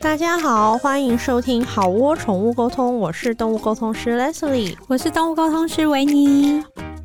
大家好，欢迎收听好窝宠物沟通，我是动物沟通师 Leslie， 我是动物沟通师维尼。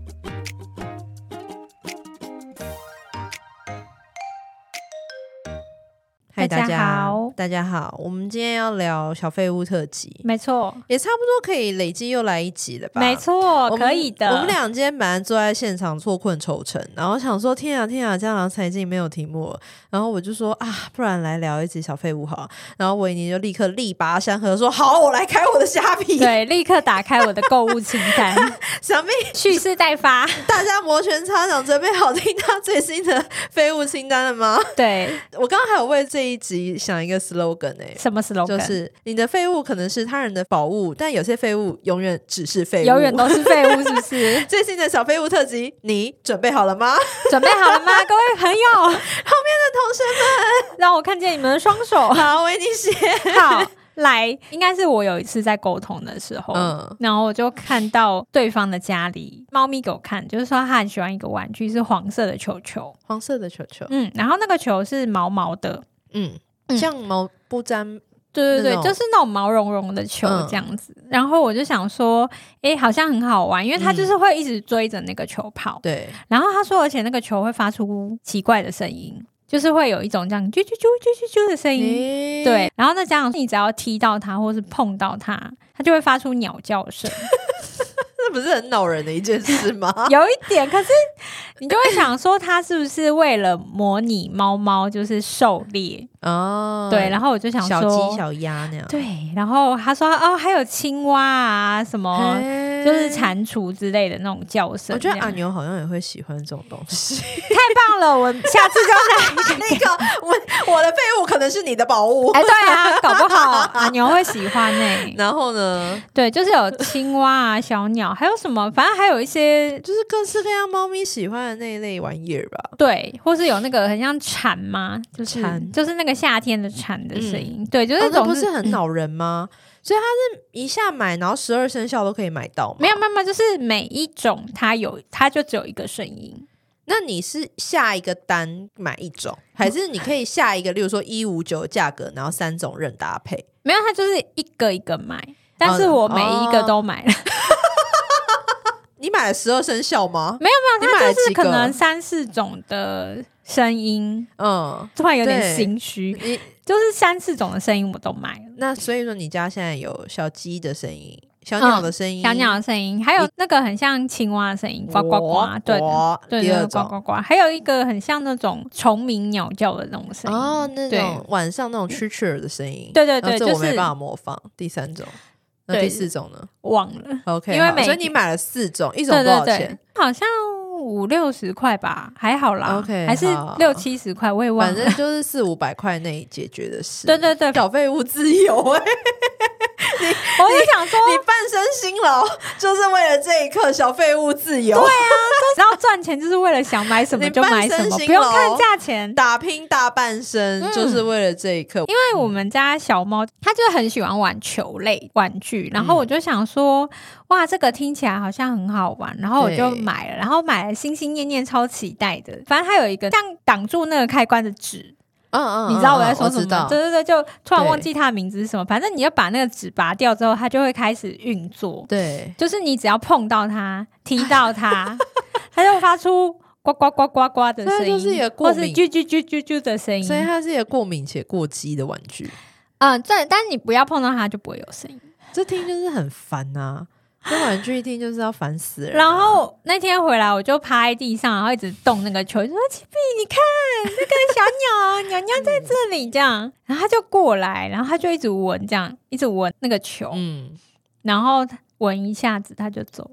嗨， 大家好， 大家好，我们今天要聊小废物特辑， 没错， 也差不多可以累积又来一集了吧？ 没错，可以的。 我们俩今天本来坐在现场错困愁城，然后想说天啊，这样才进没有题目了，然后我就说不然来聊一集小废物好了，然后维尼就立刻力拔山河说好，我来开我的虾皮， 对，立刻打开我的购物清单， 想必蓄势待发， 大家摩拳擦掌，准备好听他最新的废物清单了吗？ 对， 我刚刚还有为这一集想一个 slogan 什么 slogan？ 就是你的废物可能是他人的宝物，但有些废物永远只是废物， 永远都是废物，是不是？ 最新的小废物特辑，你准备好了吗？ 准备好了吗，各位朋友？后面的同学们， 让我看见你们的双手。 好，维尼先。 好。来，应该是我有一次在沟通的时候，然后我就看到对方的家里猫咪给我看，就是说他很喜欢一个玩具是黄色的球球， 黄色的球球， 然后那个球是毛毛的， 像毛不粘， 对，就是那种毛茸茸的球这样子。然后我就想说，好像很好玩，因为他就是会一直追着那个球跑。 对， 然后他说，而且那个球会发出奇怪的声音。就是会有一种这样啾啾啾啾啾啾的声音，对。然后那家长你只要踢到它或是碰到它，它就会发出鸟叫声。 这不是很恼人的一件事吗？ 有一点，可是你就会想说，它是不是为了模拟猫就是狩猎哦？对，然后我就想说小鸡、小鸭那样。 对，然后他说还有青蛙啊，什么就是蟾蜍之类的那种叫声。 我觉得阿牛好像也会喜欢这种东西。 太棒了，我下次就来那个我的废物可能是你的宝物。 对啊，搞不好阿牛会喜欢欸。 然后呢？ 对，就是有青蛙啊、小鸟。还有什么？反正还有一些， 就是各式各样猫咪喜欢的那一类玩意儿吧。 对，或是有那个很像蝉吗？就是那个夏天的蝉的声音。对，就是那种不是很恼人吗？所以它是一下买，然后12生肖都可以买到吗？ 没有，就是每一种它就只有一个声音。 那你是下一个单买一种，还是你可以下一个，例如说159的价格，然后3种任搭配？ 没有，它就是一个一个买，但是我每一个都买了。 你买了12生肖吗？ 没有，它就是可能3、4种的声音。突然有点心虚，就是3、4种的声音我都买了。 那所以说你家现在有小鸡的声音、小鸟的声音、 小鸟的声音，还有那个很像青蛙的声音，呱呱呱。对，呱呱呱。还有一个很像那种虫鸣鸟叫的那种声音。 那种晚上那种蛐蛐儿的声音。 对， 这我没办法模仿。第3种。那第4种呢？ 忘了。 OK， 因为所以你买了4种，一种多少钱？ 好像50-60块吧，还好啦。OK， 还是60-70块，我也忘了。 反正就是400-500块内解决的事。 对， 小废物自由我就想说， 你半生辛劳就是为了这一刻，小废物自由。 对啊，然后赚钱就是为了想买什么就买什么，不用看价钱， 打拼大半生就是为了这一刻。 因为我们家小猫它就很喜欢玩球类玩具，然后我就想说，哇，这个听起来好像很好玩，然后我就买了，然后买了心心念念超期待的。反正它有一个像挡住那个开关的纸。你知道我在说什么？对，就突然忘记它的名字是什么。反正你要把那个纸拔掉之后，它就会开始运作。 对， 就是你只要碰到它、踢到它，它就会发出呱呱呱呱呱的声音， 就是一个过敏， 或是啾啾啾啾啾的声音。 所以它是一个过敏且过激的玩具。 对，但你不要碰到它就不会有声音。 这听就是很烦啊。这玩具一听就是要烦死人。 然后那天回来我就趴在地上，然后一直动那个球，就说启碧你看那个小鸟鸟在这里这样，然后他就过来，然后他就一直闻这样，一直闻那个球，然后闻一下子他就走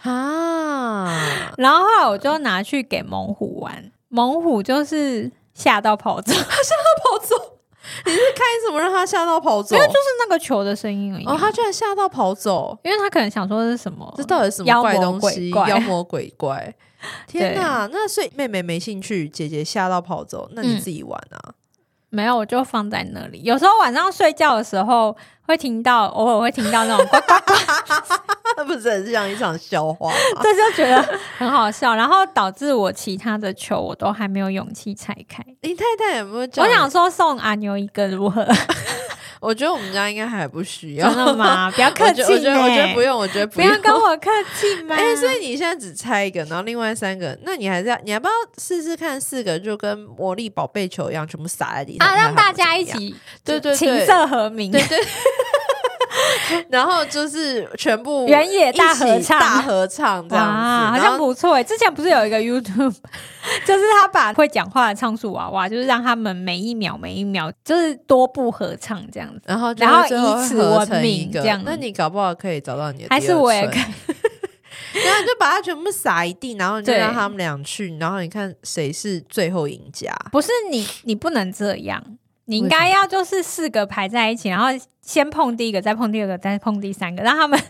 然后后来我就拿去给猛虎玩，猛虎就是吓到跑走。 吓到跑走？你是开什么让他吓到跑走？ 因为就是那个球的声音而已。 他居然吓到跑走， 因为他可能想说这是什么， 这到底是什么怪东西？妖魔鬼怪！天哪！那所以妹妹没兴趣，姐姐吓到跑走，那你自己玩啊？ 没有，我就放在那里。有时候晚上睡觉的时候会听到，偶尔会听到那种呱呱呱， 不是很像一场笑话吗？ 这就觉得很好笑，然后导致我其他的球我都还没有勇气拆开。 你太太有没有叫？ 我想说送阿牛一个如何？ 我觉得我们家应该还不需要。 真的吗？不要客气， 我觉得不用，我觉得不要跟我客气嘛。 所以你现在只猜一个，然后另外3个，那你还是你要不要试试看4个就跟魔力宝贝球一样，全部撒在地上让大家一起对琴瑟和鸣， 对对。然后就是全部原野大合唱这样子， 好像不错之前不是有一个 YouTube 就是他把会讲话的仓鼠娃娃就是让他们每一秒就是多部合唱这样子， 然后以此闻名这样。 那你搞不好可以找到你的还是我也可以然后你就把它全部撒一地，然后你就让他们俩去，然后你看谁是最后赢家。 不是你不能这样，你应该要就是4个排在一起，然后先碰第一个，再碰第2个，再碰第3个，让他们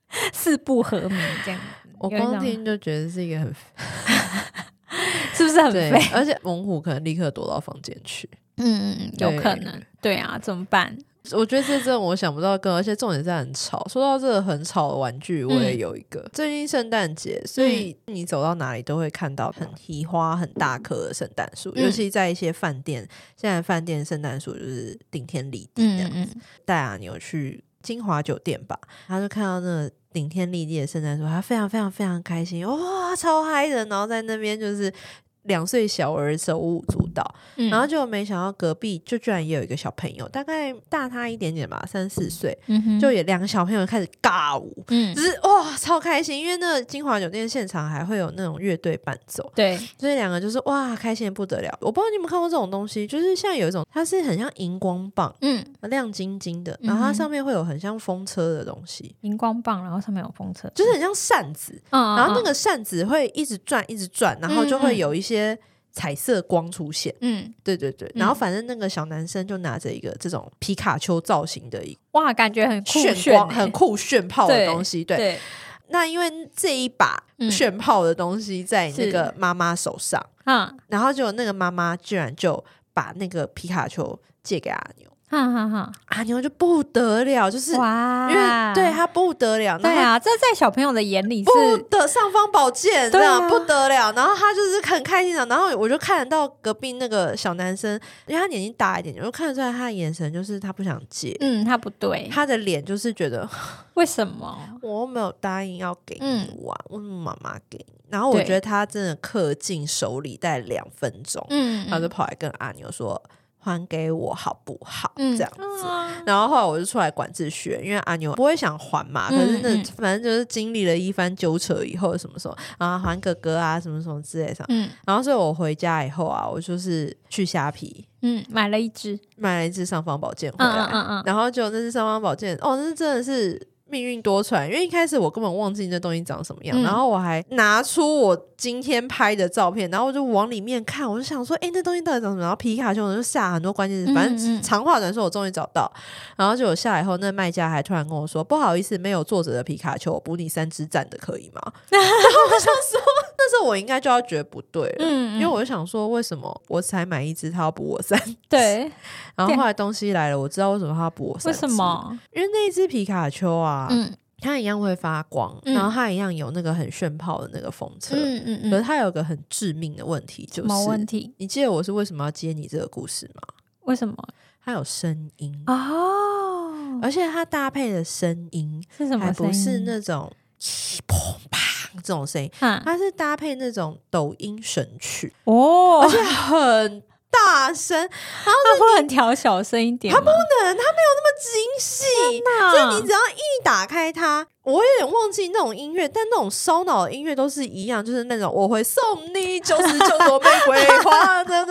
4部合鸣这样子。 我光听就觉得是一个很是不是很废？ 而且猛虎可能立刻躲到房间去。 有可能。对啊，怎么办？ 我觉得这真我想不到而且重点是很吵。说到这个很吵的玩具，我也有一个。最近圣诞节，所以你走到哪里都会看到很提花很大棵的圣诞树，尤其在一些饭店，现在饭店圣诞树就是顶天立地这样子。带阿牛去金华酒店吧，他就看到那个顶天立地的圣诞树，他非常非常非常开心，哇，超嗨的，然后在那边就是2岁小儿手舞足蹈，然后就没想到隔壁就居然也有一个小朋友，大概大他一点点吧，3、4岁，就也2个小朋友开始尬舞，就是哇超开心，因为那个金华酒店现场还会有那种乐队伴奏， 对， 所以2个就是哇开心的不得了。我不知道你有没有看过这种东西，就是像有一种它是很像荧光棒，亮晶晶的，然后它上面会有很像风车的东西， 荧光棒，然后上面有风车， 就是很像扇子，然后那个扇子会一直转一直转，然后就会有一些彩色光出现，对对对，然后反正那个小男生就拿着一个这种皮卡丘造型的一个哇，感觉很酷炫很酷炫炮的东西，对。那因为这一把炫炮的东西在那个妈妈手上，然后就那个妈妈居然就把那个皮卡丘借给阿牛。阿牛就不得了，就是哇， 因为对他不得了， 对啊，这在小朋友的眼里是不得尚方宝剑，这样不得了。然后他就是很开心的，然后我就看得到隔壁那个小男生，因为他年纪大一点，我就看得出来他的眼神就是他不想借， 他不对， 他的脸就是觉得为什么我又没有答应要给你玩，为什么妈妈给你？然后我觉得他真的恪尽守礼，大概2分钟，他就跑来跟阿牛说。还给我好不好？这样子，然后后来我就出来管秩序，因为阿牛不会想还嘛，可是那反正就是经历了一番纠扯以后，什么时候啊还哥哥啊，什么什么之类的，然后所以我回家以后啊，我就是去虾皮， 买了一只尚方宝剑回来，然后就那只尚方宝剑，那是真的是。命运多舛，因为一开始我根本忘记那东西长什么样，然后我还拿出我今天拍的照片，然后我就往里面看，我就想说那东西到底长什么，然后皮卡丘就下很多关键词，反正长话短说我终于找到，然后就我下来以后，那卖家还突然跟我说不好意思没有作者的皮卡丘，我补你3只赞的可以吗？然后我想说那时候我应该就要觉得不对了，因为我就想说为什么我才买1只他要补我3只， 对， 然后后来东西来了我知道为什么他要补我3只， 为什么？ 因为那一只皮卡丘啊它一样会发光，然后它一样有那个很炫炮的那个风车，可是它有个很致命的问题，就是什么问题？ 你记得我是为什么要接你这个故事吗？ 为什么？ 它有声音哦， 而且它搭配的声音是什么声音？ 还不是那种砰砰这种声音，它是搭配那种抖音神曲哦，而且很大声，然后它会很调小声一点吗？ 它不能，它没有那么精细，所以你只要一打开它，我有点忘记那种音乐，但那种烧脑的音乐都是一样，就是那种我会送你99朵玫瑰花，然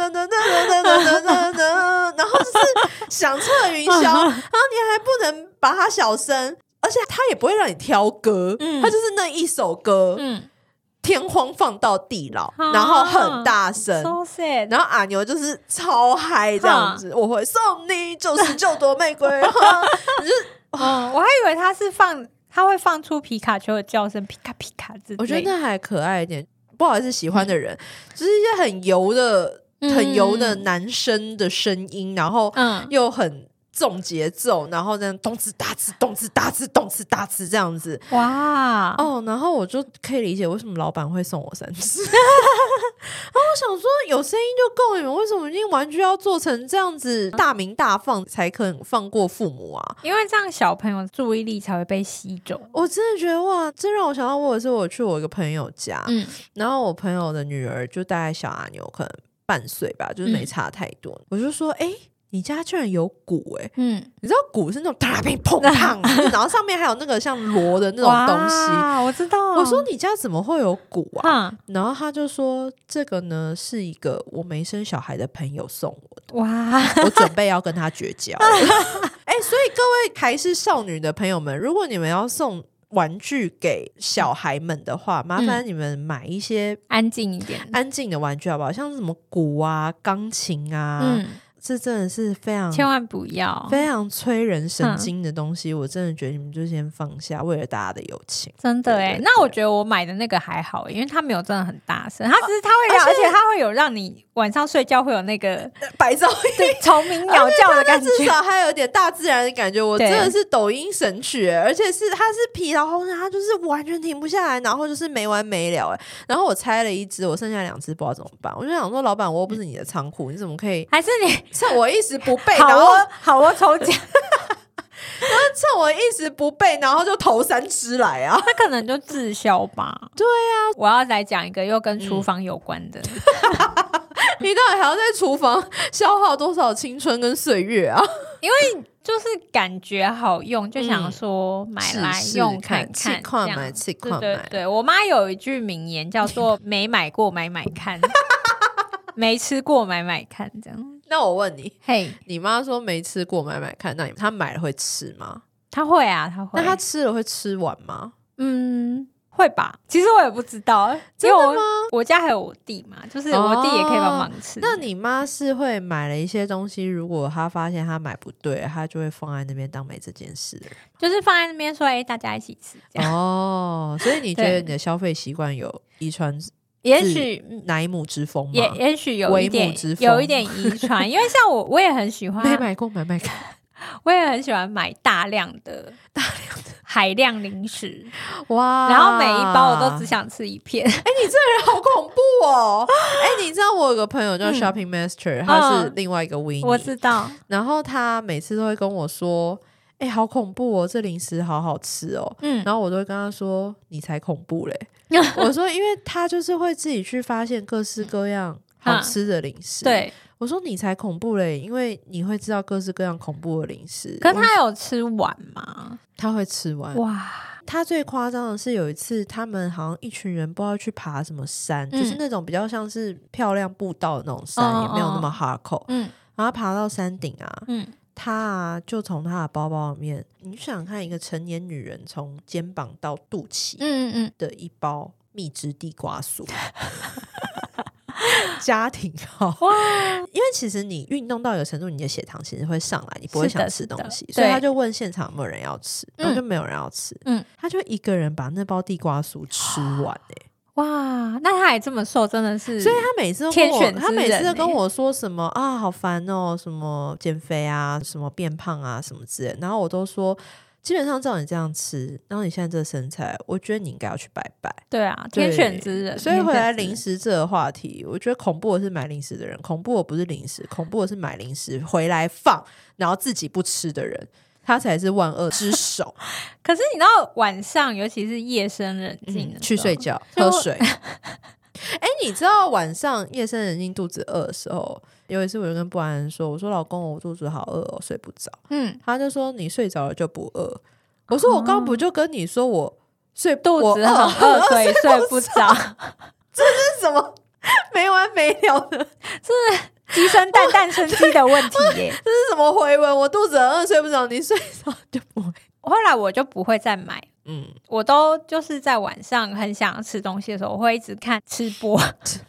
后就是响彻云霄，然后你还不能把它小声，而且它也不会让你挑歌，它就是那一首歌，天荒放到地老，然后很大声， so sad， 然后阿牛就是超嗨这样子，我会送你99朵玫瑰花， 我还以为他会放出皮卡丘的叫声，皮卡皮卡之类的， 我觉得那还可爱一点。不好意思，喜欢的人就是一些很油的男生的声音，然后又很重节奏，然后这样动次打次动次打次动次打次这样子，哇然后我就可以理解为什么老板会送我3只我想说有声音就够，你们为什么一定玩具要做成这样子大鸣大放才肯放过父母啊？ 因为这样小朋友注意力才会被吸走。 我真的觉得哇，这让我想到我有一次我去我一个朋友家，然后我朋友的女儿就大概小阿牛可能半岁吧，就是没差太多，我就说你家居然有鼓你知道鼓是那种哒乒砰砰然后上面还有那个像锣的那种东西， 我知道。 我说你家怎么会有鼓啊？然后他就说这个呢是一个我没生小孩的朋友送我的， 哇， 我准备要跟他绝交所以各位还是少女的朋友们，如果你们要送玩具给小孩们的话，麻烦你们买一些安静一点安静的玩具好不好？像是什么鼓啊钢琴啊这真的是非常千万不要非常催人神经的东西我真的觉得你们就先放下，为了大家的友情。 真的那我觉得我买的那个还好因为它没有真的很大声，它只是它会而且它会有让你晚上睡觉会有那个白噪音虫鸣鸟叫的感觉， 至少还有点大自然的感觉。我真的是抖音神曲而且它是疲劳轰炸，它就是完全停不下来，然后就是没完没了然后我拆了一只，我剩下2只不知道怎么办。我就想说老板我又不是你的仓库，你怎么可以还是你趁我一时不备好哦抽奖趁我一时不备然后就投3只来啊， 那可能就滞销吧。 对啊， 我要来讲一个又跟厨房有关的你到底还要在厨房消耗多少青春跟岁月啊？ 因为就是感觉好用就想说买来用看看，对，我妈有一句名言叫做没买过买买看没吃过买买看这样。 那我问你你妈说没吃过买买看，那她买了会吃吗？ 她会啊，她会。 那她吃了会吃完吗？ 会吧，其实我也不知道， 真的吗？ 我家还有我弟嘛，就是我弟也可以帮忙吃那你妈是会买了一些东西，如果她发现她买不对，她就会放在那边当没这件事的人， 就是放在那边说大家一起吃这样所以你觉得你的消费习惯有遗传也许哪一母之风吗？ 也许有一点遗传因为像我也很喜欢没买过买买看， 我也很喜欢买大量的海量零食哇， 然后每一包我都只想吃一片你这个人好恐怖哦你知道我有个朋友叫 Shopping Master 他是另外一个 Winnie 我知道， 然后他每次都会跟我说好恐怖哦，这零食好好吃哦然后我都会跟他说你才恐怖嘞我说因为他就是会自己去发现各式各样好吃的零食对， 我说你才恐怖嘞，因为你会知道各式各样恐怖的零食。 可是他有吃完吗？ 他会吃完。 哇， 他最夸张的是有一次他们好像一群人不知道去爬什么山就是那种比较像是漂亮步道的那种山也没有那么 hardcore 然后爬到山顶他就从他的包包里面，你想想看一个成年女人从肩膀到肚脐的一包蜜汁地瓜酥家庭号因为其实你运动到一个程度你的血糖其实会上来，你不会想吃东西，所以他就问现场有没有人要吃然后就没有人要吃他就一个人把那包地瓜酥吃完哇，那他还这么瘦真的是， 所以他每次都天选之人他每次都跟我说什么好烦哦，什么减肥啊什么变胖啊什么之类的，然后我都说基本上照你这样吃，然后你现在这个身材我觉得你应该要去拜拜。 对啊，天选之人。 所以回来零食这个话题，我觉得恐怖的是买零食的人，恐怖的不是零食，恐怖的是买零食回来放然后自己不吃的人，他才是万恶之首可是你知道晚上尤其是夜深人静去睡觉喝水你知道晚上夜深人静肚子饿的时候，有一次我就跟布兰说，我说老公我肚子好饿哦，睡不着他就说你睡着了就不饿，我说我刚不就跟你说我肚子很饿所以睡不着这是什么没完没了的， 这是鸡生蛋蛋生鸡的问题耶这是什么回文？我肚子很饿睡不着，你睡着就不会。 后来我就不会再买我都就是在晚上很想吃东西的时候我会一直看吃播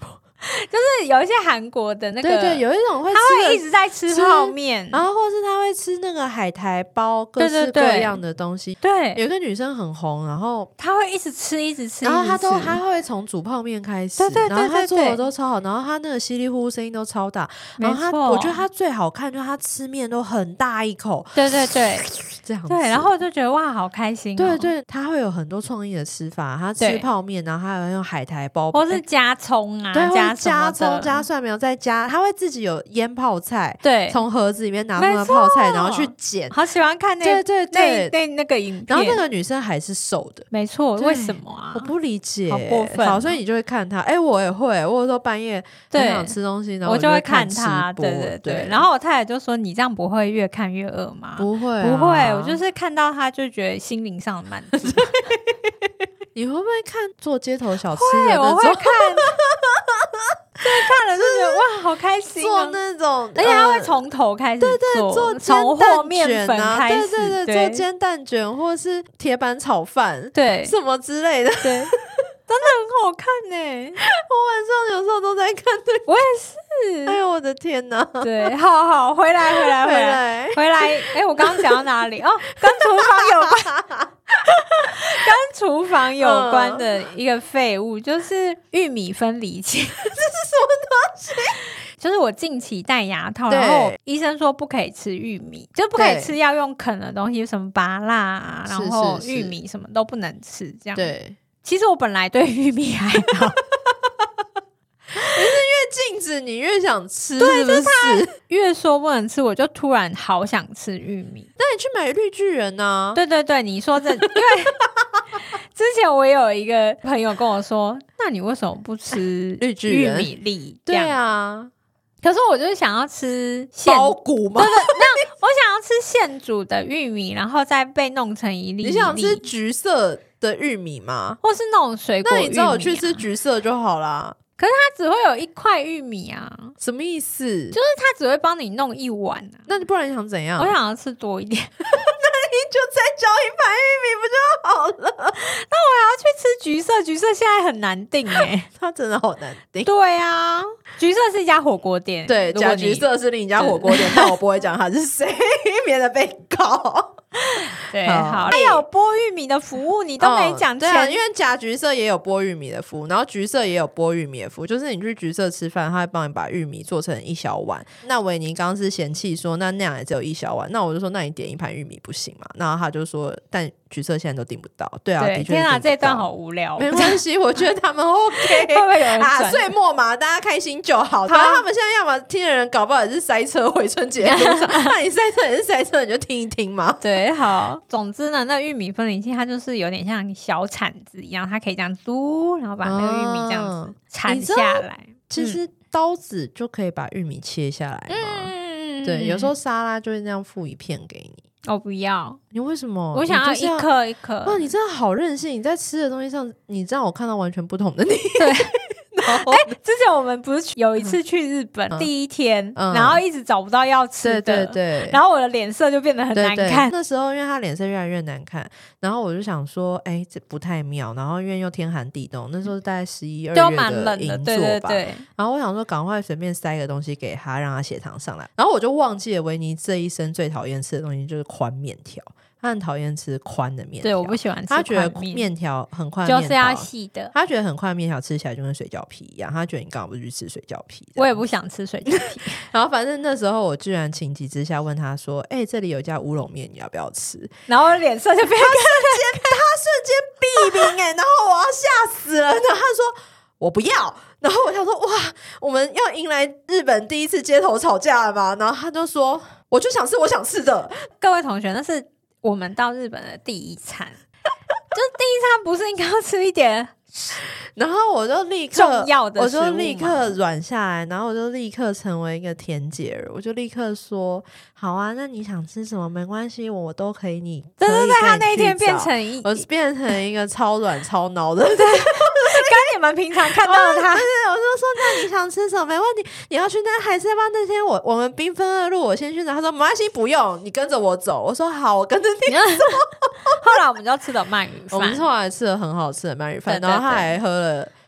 就是有一些韩国的那个， 对对，有一种会吃他会一直在吃泡面， 然后或是他会吃那个海苔包，各式各样的东西。 对， 有一个女生很红，然后他会一直吃一直吃， 然后他会从煮泡面开始， 对， 然后他做的都超好，然后他那个稀里呼声音都超大，然后我觉得他最好看就是他吃面都很大一口， 对对对， 这样子， 对，然后我就觉得哇好开心， 对对，他会有很多创意的吃法，他吃泡面，然后还有用海苔包， 或是加葱啊， 对， 加葱加蒜苗再加，他会自己有腌泡菜， 对， 从盒子里面拿出来泡菜，然后去剪， 好喜欢看对对对那个影片， 然后那个女生还是瘦的， 没错，为什么啊？ 我不理解， 好过分。 好，所以你就会看他，我也会，我有时候半夜很想吃东西，然后我就会看他， 对对对。然后我太太就说：“你这样不会越看越饿吗？” 不会， 不会，我就是看到他就觉得心灵上的满足。 你会不会看做街头小吃的？ 我会看。对，看了就觉得哇，好开心！ 做那种， 而且他会从头开始做， 对，做从和面粉开始， 对，做煎蛋卷或是铁板炒饭， 对， 什么之类的， 对，真的很好看呢。 我晚上有时候都在看这个， 我也是。 哎呦，我的天哪！ 对，好，回来。我刚刚讲到哪里？哦，跟厨房有关。跟厨房有关的一个废物就是玉米分离器，这是什么东西？ 就是我近期戴牙套，然后医生说不可以吃玉米，就不可以吃要用啃的东西，什么芭乐啊，然后玉米什么都不能吃，这样。 对， 其实我本来对玉米还好。 可是越禁止你越想吃，是不是？ 越说不能吃，我就突然好想吃玉米。 那你去买绿巨人啊？ 对对对，你说这，因为之前我有一个朋友跟我说，那你为什么不吃绿巨人玉米粒？ 对啊， 可是我就是想要吃包谷吗？ 对，那我想要吃现煮的玉米，然后再被弄成一粒。 你想吃橘色的玉米吗？ 或是那种水果玉米？ 那你找我去吃橘色就好啦。 可是它只会有一块玉米啊， 什么意思？ 就是它只会帮你弄一碗啊。 那你不然你想怎样？ 我想要吃多一点。 那你就再浇一盘玉米不就好了？那我还要去吃橘色，橘色现在很难订它真的好难订。 对啊，橘色是一家火锅店， 对，假橘色是另一家火锅店，但我不会讲它是谁，免得被告。 对，好，还有剥玉米的服务，你都没讲对啊，因为假橘色也有剥玉米的服务，然后橘色也有剥玉米的服务，就是你去橘色吃饭，他会帮你把玉米做成一小碗。那维尼刚刚是嫌弃说，那样也只有一小碗，那我就说，那你点一盘玉米不行嘛？然后他就说，但橘色现在都订不到。对啊，的确天啊，这段好无聊。 没关系，我觉得他们 OK。 会不会有人啊？岁末嘛，大家开心就好。然后他们现在要么听的人搞不好也是塞车回春节路上，那你塞车也是塞车，你就听一听嘛。 对，好。总之呢，那玉米分离器它就是有点像小铲子一样，它可以这样嘟，然后把那个玉米这样子铲下来。 其实刀子就可以把玉米切下来嘛。对，有时候沙拉就会那样附一片给你。 我不要， 你为什么？ 我想要一颗一颗。 哇，你真的好任性！你在吃的东西上，你让我看到完全不同的你。 对。之前我们不是有一次去日本第一天，然后一直找不到要吃的， 对， 然后我的脸色就变得很难看。 那时候因为他脸色越来越难看，然后我就想说，这不太妙。然后因为又天寒地冻，那时候大概11、2月的银座吧， 对。 然后我想说，赶快随便塞个东西给他，让他血糖上来。然后我就忘记了维尼这一生最讨厌吃的东西就是宽面条。他很讨厌吃宽的面条， 对，我不喜欢吃。 他觉得面条很宽的面条就是要细的， 他觉得很宽的面条吃起来就跟水饺皮一样。他觉得你刚好不去吃水饺皮， 我也不想吃水饺皮。 然后反正那时候我居然情急之下问他说：“这里有一家乌龙面，你要不要吃？” 然后脸色就变， 他瞬间避冰然后我要吓死了。然后他说：“我不要。”然后我想说：“哇，我们要迎来日本第一次街头吵架了吗？”然后他就说：“我就想吃我想吃的。” 各位同学，那是我们到日本的第一餐，就是第一餐不是应该要吃一点？ 然后我就立刻重要的， 我就立刻软下来，然后我就立刻成为一个甜姐儿，我就立刻说好啊，那你想吃什么没关系，我都可以。你对对对， 他那一天变成我变成一个超软超挠的， 对，跟你们平常看到的他， 我就说那你想吃什么没问题，你要去那海参坊那天我们兵分二路，我先去拿。他说没关系，不用，你跟着我走。我说好，我跟着你走。 后来我们就吃了鳗鱼饭， 我们后来吃了很好吃的鳗鱼饭，然后他还喝了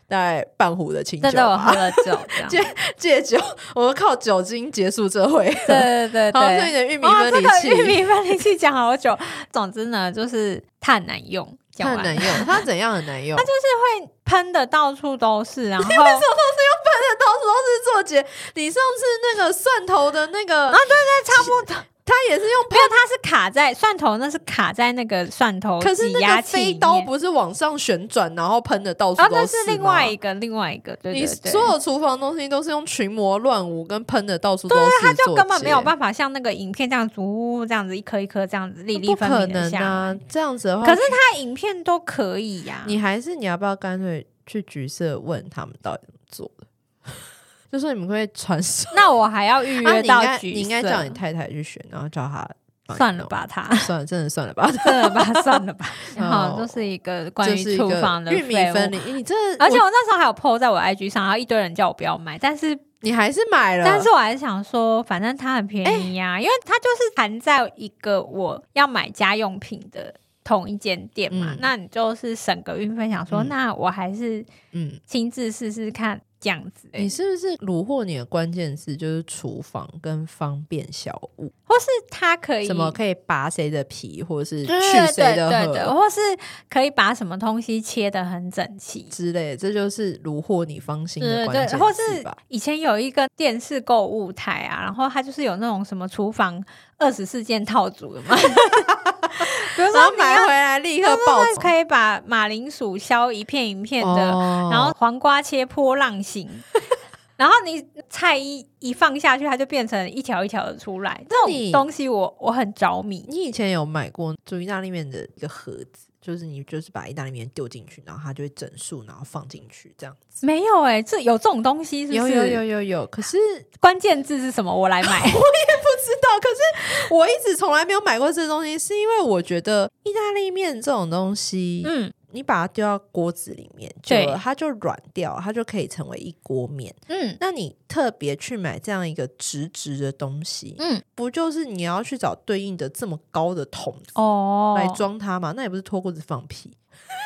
大概半壶的清酒吧， 真的我喝了酒这样戒酒，我们靠酒精结束这回。 对对对对， 好，所以你的玉米分离器， 这个玉米分离器讲好久。总之呢，就是它很难用， 它很难用，它怎样很难用？ 它就是会喷的到处都是，然后你为什么都是用喷的到处都是作结？你上次那个蒜头的那个对对，差不多。 它也是用喷， 没有，它是卡在蒜头，那是卡在那个蒜头可是那个飞刀不是往上旋转，然后喷的到处都是吗？ 那是另外一个，对对对， 你所有厨房东西都是用群魔乱舞跟喷的到处都是， 对，它就根本没有办法像那个影片这样这样子一颗一颗这样子粒粒分明的下来。 不可能啊，这样子的话， 可是它影片都可以呀。 你要不要干脆去橘色问他们到底怎么做的？就说你们会传授， 那我还要预约到橘色， 你应该叫你太太去选，然后叫她。 算了吧， 算了，真的算了吧， 真的吧，算了吧。好，这是一个关于厨房的玉米分离。你真的， 而且我那时候还有 po 在我 IG 上，然后一堆人叫我不要买，但是你还是买了。 但是我还是想说，反正它很便宜呀，因为它就是含在一个我要买家用品的同一间店嘛，那你就是省个运费，想说那我还是亲自试试看。这样子你是不是虏获你的关键字就是厨房跟方便小物， 或是它可以什么可以拔谁的皮，或者是去谁的核， 对，或是可以把什么东西切得很整齐之类的，这就是虏获你芳心的关键字吧。 或是以前有一个电视购物台啊，然后它就是有那种什么厨房24件套组的嘛比如说买回来立刻爆走， 可以把马铃薯削一片一片的，然后黄瓜切波浪形然后你菜一放下去，它就变成一条一条的出来。这种东西我很着迷。 你以前有买过煮意大利面的一个盒子，就是你就是把意大利面丢进去，然后它就会整数，然后放进去这样子。 没有这有这种东西是不是？ 有。可是关键字是什么？我来买。 我也不知道。可是我一直从来没有买过这东西，是因为我觉得意大利面这种东西，你把它丢到锅子里面，久了它就软掉，它就可以成为一锅面。那你特别去买这样一个直的东西，不就是你要去找对应的这么高的桶子来装它吗？那也不是脱锅子放屁。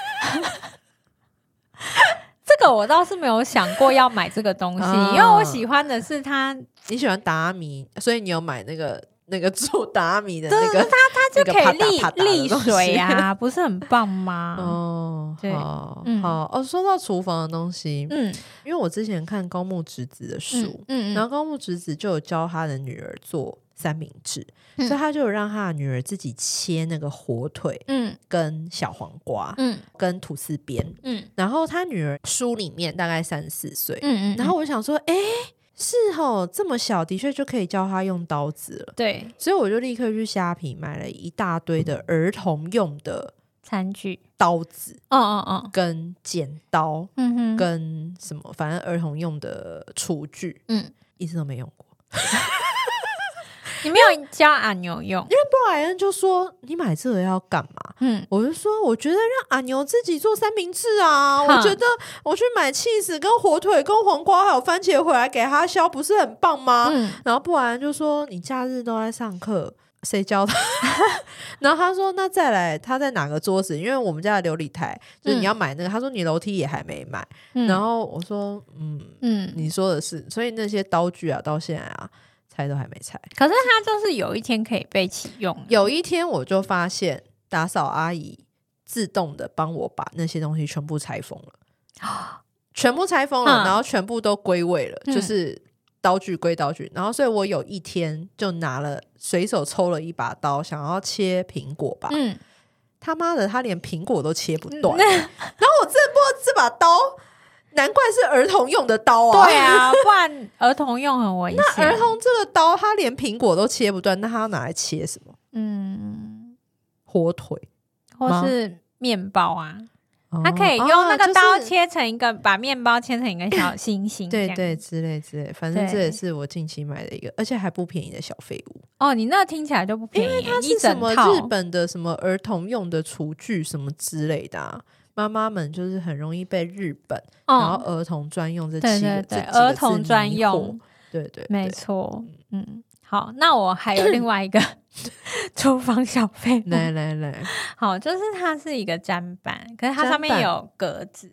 这个我倒是没有想过要买这个东西，因为我喜欢的是它。 你喜欢达米，所以你有买那个做达米的那个， 它就可以沥水啊，不是很棒吗？ 对，好说到厨房的东西，因为我之前看高木直子的书，然后高木直子就有教他的女儿做三明治，所以他就有让他的女儿自己切那个火腿，跟小黄瓜，跟吐司边，然后他女儿书里面大概3-4岁，然后我想说，是这么小的确就可以教他用刀子了。对，所以我就立刻去虾皮买了一大堆的儿童用的餐具、刀子，跟剪刀，跟什么，反正儿童用的厨具，一直都没用过。 你没有教阿牛用， 因为布莱恩就说你买这个要干嘛？我就说我觉得让阿牛自己做三明治啊，我觉得我去买起司跟火腿跟黄瓜还有番茄回来给他削，不是很棒吗？然后布莱恩就说你假日都在上课，谁教他？然后他说那再来他在哪个桌子，因为我们家的琉璃台就是你要买那个，他说你楼梯也还没买，然后我说你说的是，所以那些刀具啊到现在啊拆都还没拆。 可是它就是有一天可以被启用， 有一天我就发现打扫阿姨自动的帮我把那些东西全部拆封了全部拆封了，然后全部都归位了，就是刀具归刀具。然后所以我有一天就拿了随手抽了一把刀想要切苹果吧，他妈的他连苹果都切不断然后我真的不知道这把刀难怪是儿童用的刀啊！ 对啊，不然儿童用很危险。 那儿童这个刀，他连苹果都切不断，那他要拿来切什么？火腿或是面包啊？他可以用那个刀切成一个，把面包切成一个小星星， 对对，之类，反正这也是我近期买的一个，而且还不便宜的小废物。 你那听起来就不便宜， 因为它是什么日本的什么儿童用的厨具什么之类的啊。妈妈们就是很容易被日本然后儿童专用这7个字儿童专用， 对， 没错。好，那我还有另外一个厨房小废物， 来， 好，就是它是一个砧板，可是它上面有格子，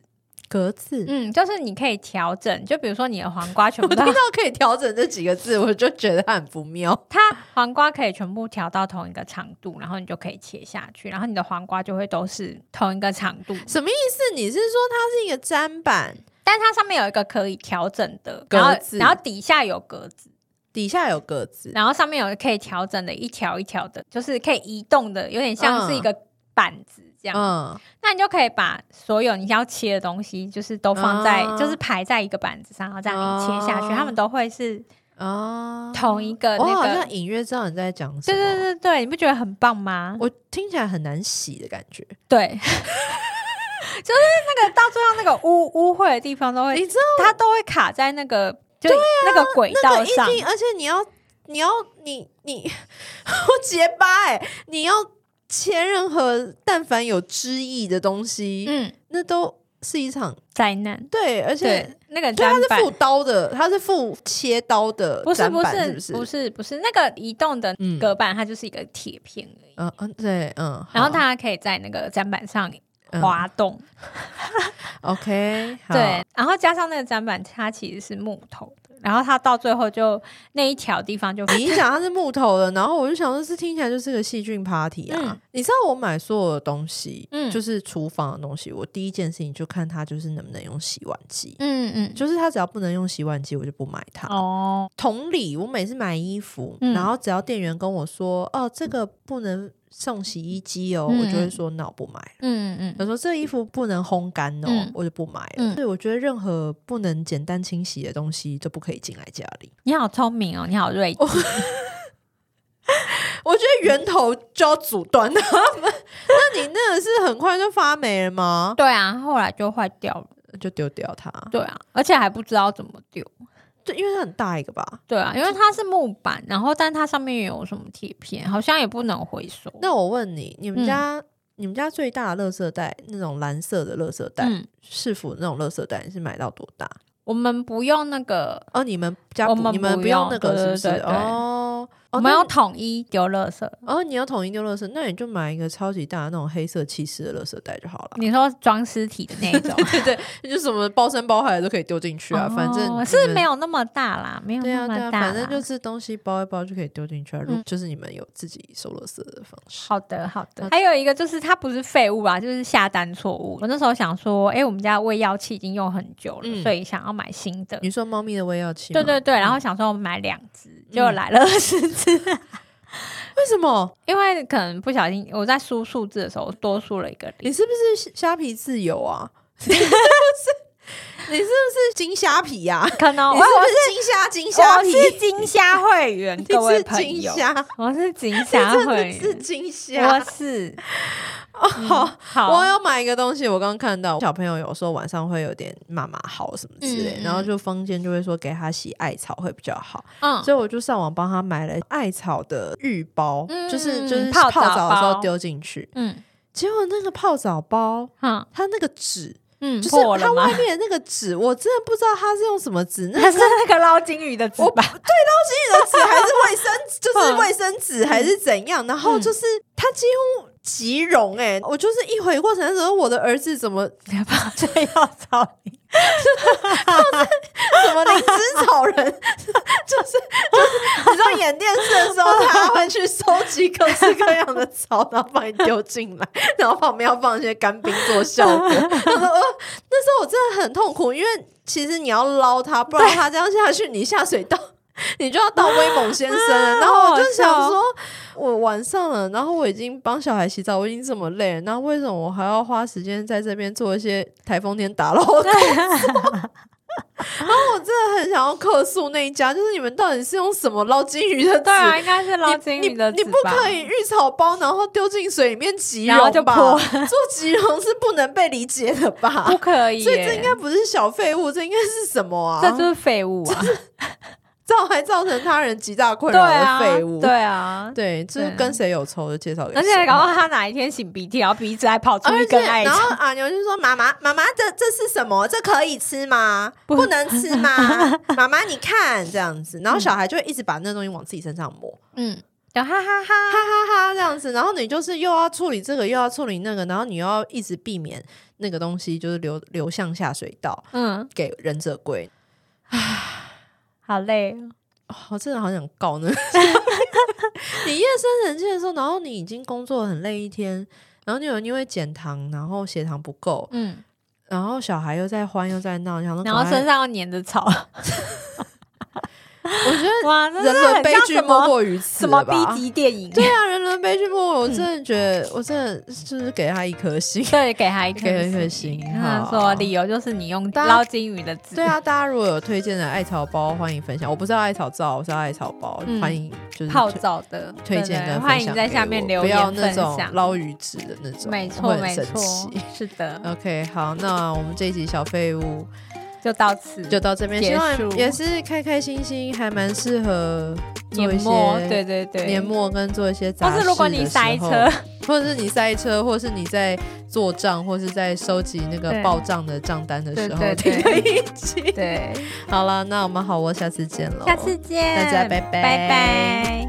格子， 就是你可以调整，就比如说你的黄瓜全部我听到可以调整这几个字，我就觉得它很不妙。 它黄瓜可以全部调到同一个长度，然后你就可以切下去，然后你的黄瓜就会都是同一个长度。 什么意思？你是说它是一个砧板， 但它上面有一个可以调整的格子， 然后底下有格子， 底下有格子， 然后上面有可以调整的一条一条的，就是可以移动的，有点像是一个板子这样。那你就可以把所有你要切的东西，就是都放在，就是排在一个板子上，然后这样你切下去，它们都会是同一个那个。 我好像隐约知道你在讲什么。 对对对对，你不觉得很棒吗？ 我听起来很难洗的感觉。 对。就是那个到最后那个污秽的地方都会， 你知道它都会卡在那个就那个轨道上， 而且你我结巴你要切任何但凡有汁液的东西，那都是一场灾难。 对，而且那个它是附刀的，它是附切刀的砧板， 不是那个移动的隔板，它就是一个铁片而已。 对， 然后它可以在那个砧板上滑动。 OK， 对，然后加上那个砧板，它其实是木头的，然后它到最后就那一条地方就你一讲它是木头的，然后我就想说是听起来就是个细菌 party 啊。你知道我买所有的东西，就是厨房的东西，我第一件事情就看它就是能不能用洗碗机。就是它只要不能用洗碗机，我就不买它。同理，我每次买衣服，然后只要店员跟我说这个不能送洗衣机我就会说那我不买了。他说这个衣服不能烘干我就不买了。所以我觉得任何不能简单清洗的东西就不可以进来家里。 你好聪明你好睿智。 我觉得源头就要阻断他们。那你那个是很快就发霉了吗？ 对啊，后来就坏掉了， 就丢掉它。 对啊，而且还不知道怎么丢。 对，因为它很大一个吧。 对啊，因为它是木板，然后但它上面也有什么铁片，好像也不能回收。 那我问你，你们家最大的垃圾袋那种蓝色的垃圾袋，市府那种垃圾袋，你是买到多大？ 我们不用那个你们家你们不用那个是不是？ 我们要统一丢垃圾。 你要统一丢垃圾，那你就买一个超级大的那种黑色气式的垃圾袋就好了。 你说装尸体的那一种？ 对，就什么包山包海都可以丢进去啊。反正是没有那么大啦，没有那么大啦。 反正就是东西包一包就可以丢进去啊。就是你们有自己收垃圾的方式。 好的。还有一个就是它不是废物啊，就是下单错误。我那时候想说，我们家喂药器已经用很久了，所以想要买新的。 你说猫咪的喂药器吗？ 对，然后想说我们买2只，结果来了20只。 为什么？ 因为可能不小心我在输数字的时候多输了一个0。 你是不是虾皮自由啊？你是不是金虾皮呀？ 可能你是不是金虾皮？ 我是金虾会员，各位朋友，我是金虾会员， 是金虾， 我是。 好，我要买一个东西。我刚刚看到小朋友有时候晚上会有点妈妈好什么之类，然后就坊间就会说给他洗艾草会比较好。所以我就上网帮他买了艾草的浴包，就是泡澡的时候丢进去。结果那个泡澡包，它那个纸。就是它外面那个纸，我真的不知道它是用什么纸， 它是那个捞金鱼的纸吧？ 对，捞金鱼的纸还是卫生，就是卫生纸还是怎样？然后就是它几乎即溶我就是一回过神的时候，我的儿子怎么泡在药草里？ 什么灵芝草人？就是你知道演电视的时候，他会去收集各式各样的草，然后帮你丢进来，然后旁边要放一些干冰做效果。他说那时候我真的很痛苦，因为其实你要捞它，不然它这样下去，你下水道你就要到威猛先生了。然后我就想说，我晚上了，然后我已经帮小孩洗澡，我已经这么累了，然后为什么我还要花时间在这边做一些台风天打捞的工作？然后我真的很想要客诉那一家，就是你们到底是用什么捞金鱼的纸？ 对啊，应该是捞金鱼的纸吧。 你不可以浴草包然后丢进水里面即溶吧？做即溶是不能被理解的吧？ 不可以， 所以这应该不是小废物，这应该是什么啊？ 这就是废物啊！ 还造成他人极大困扰的废物。 对啊， 对，就是跟谁有仇就介绍给谁。 而且搞到他哪一天擤鼻涕，然后鼻子还跑出一根艾草， 然后阿牛就说：“妈妈，这是什么？这可以吃吗？不能吃吗？妈妈，你看这样子。”然后小孩就会一直把那东西往自己身上抹， 就哈哈哈这样子。然后你就是又要处理这个，又要处理那个，然后你又要一直避免那个东西就是流向下水道，给忍者龟。 好累我真的好想告呢。你夜深人静的时候，然后你已经工作很累一天，然后你有人因为减糖然后血糖不够，然后小孩又在欢又在闹，然后身上又粘着草。 我觉得哇， 人伦悲剧莫过于此了吧？ 什么 B 级电影？ 对啊，人伦悲剧莫过，我真的觉得，我真的就是给他一颗星， 对，给他一颗星。 他说理由就是你用捞金鱼的字。 对啊，大家如果有推荐的艾草包，欢迎分享。我不是要艾草皂，我是要艾草包，欢迎就是泡澡的推荐跟分享， 欢迎在下面留言分享， 不要那种捞鱼纸的那种， 没错没错，是的。 OK， 好，那我们这一集小废物。 就到此， 就到这边，希望也是开开心心，还蛮适合做一些对对对年末跟做一些杂事的时候， 或是如果你塞车， 或者是你塞车，或者是你在做账，或是在收集那个报账的账单的时候，听在一起。 对， 好了，那我们好，我下次见了， 下次见， 大家拜拜， 拜拜。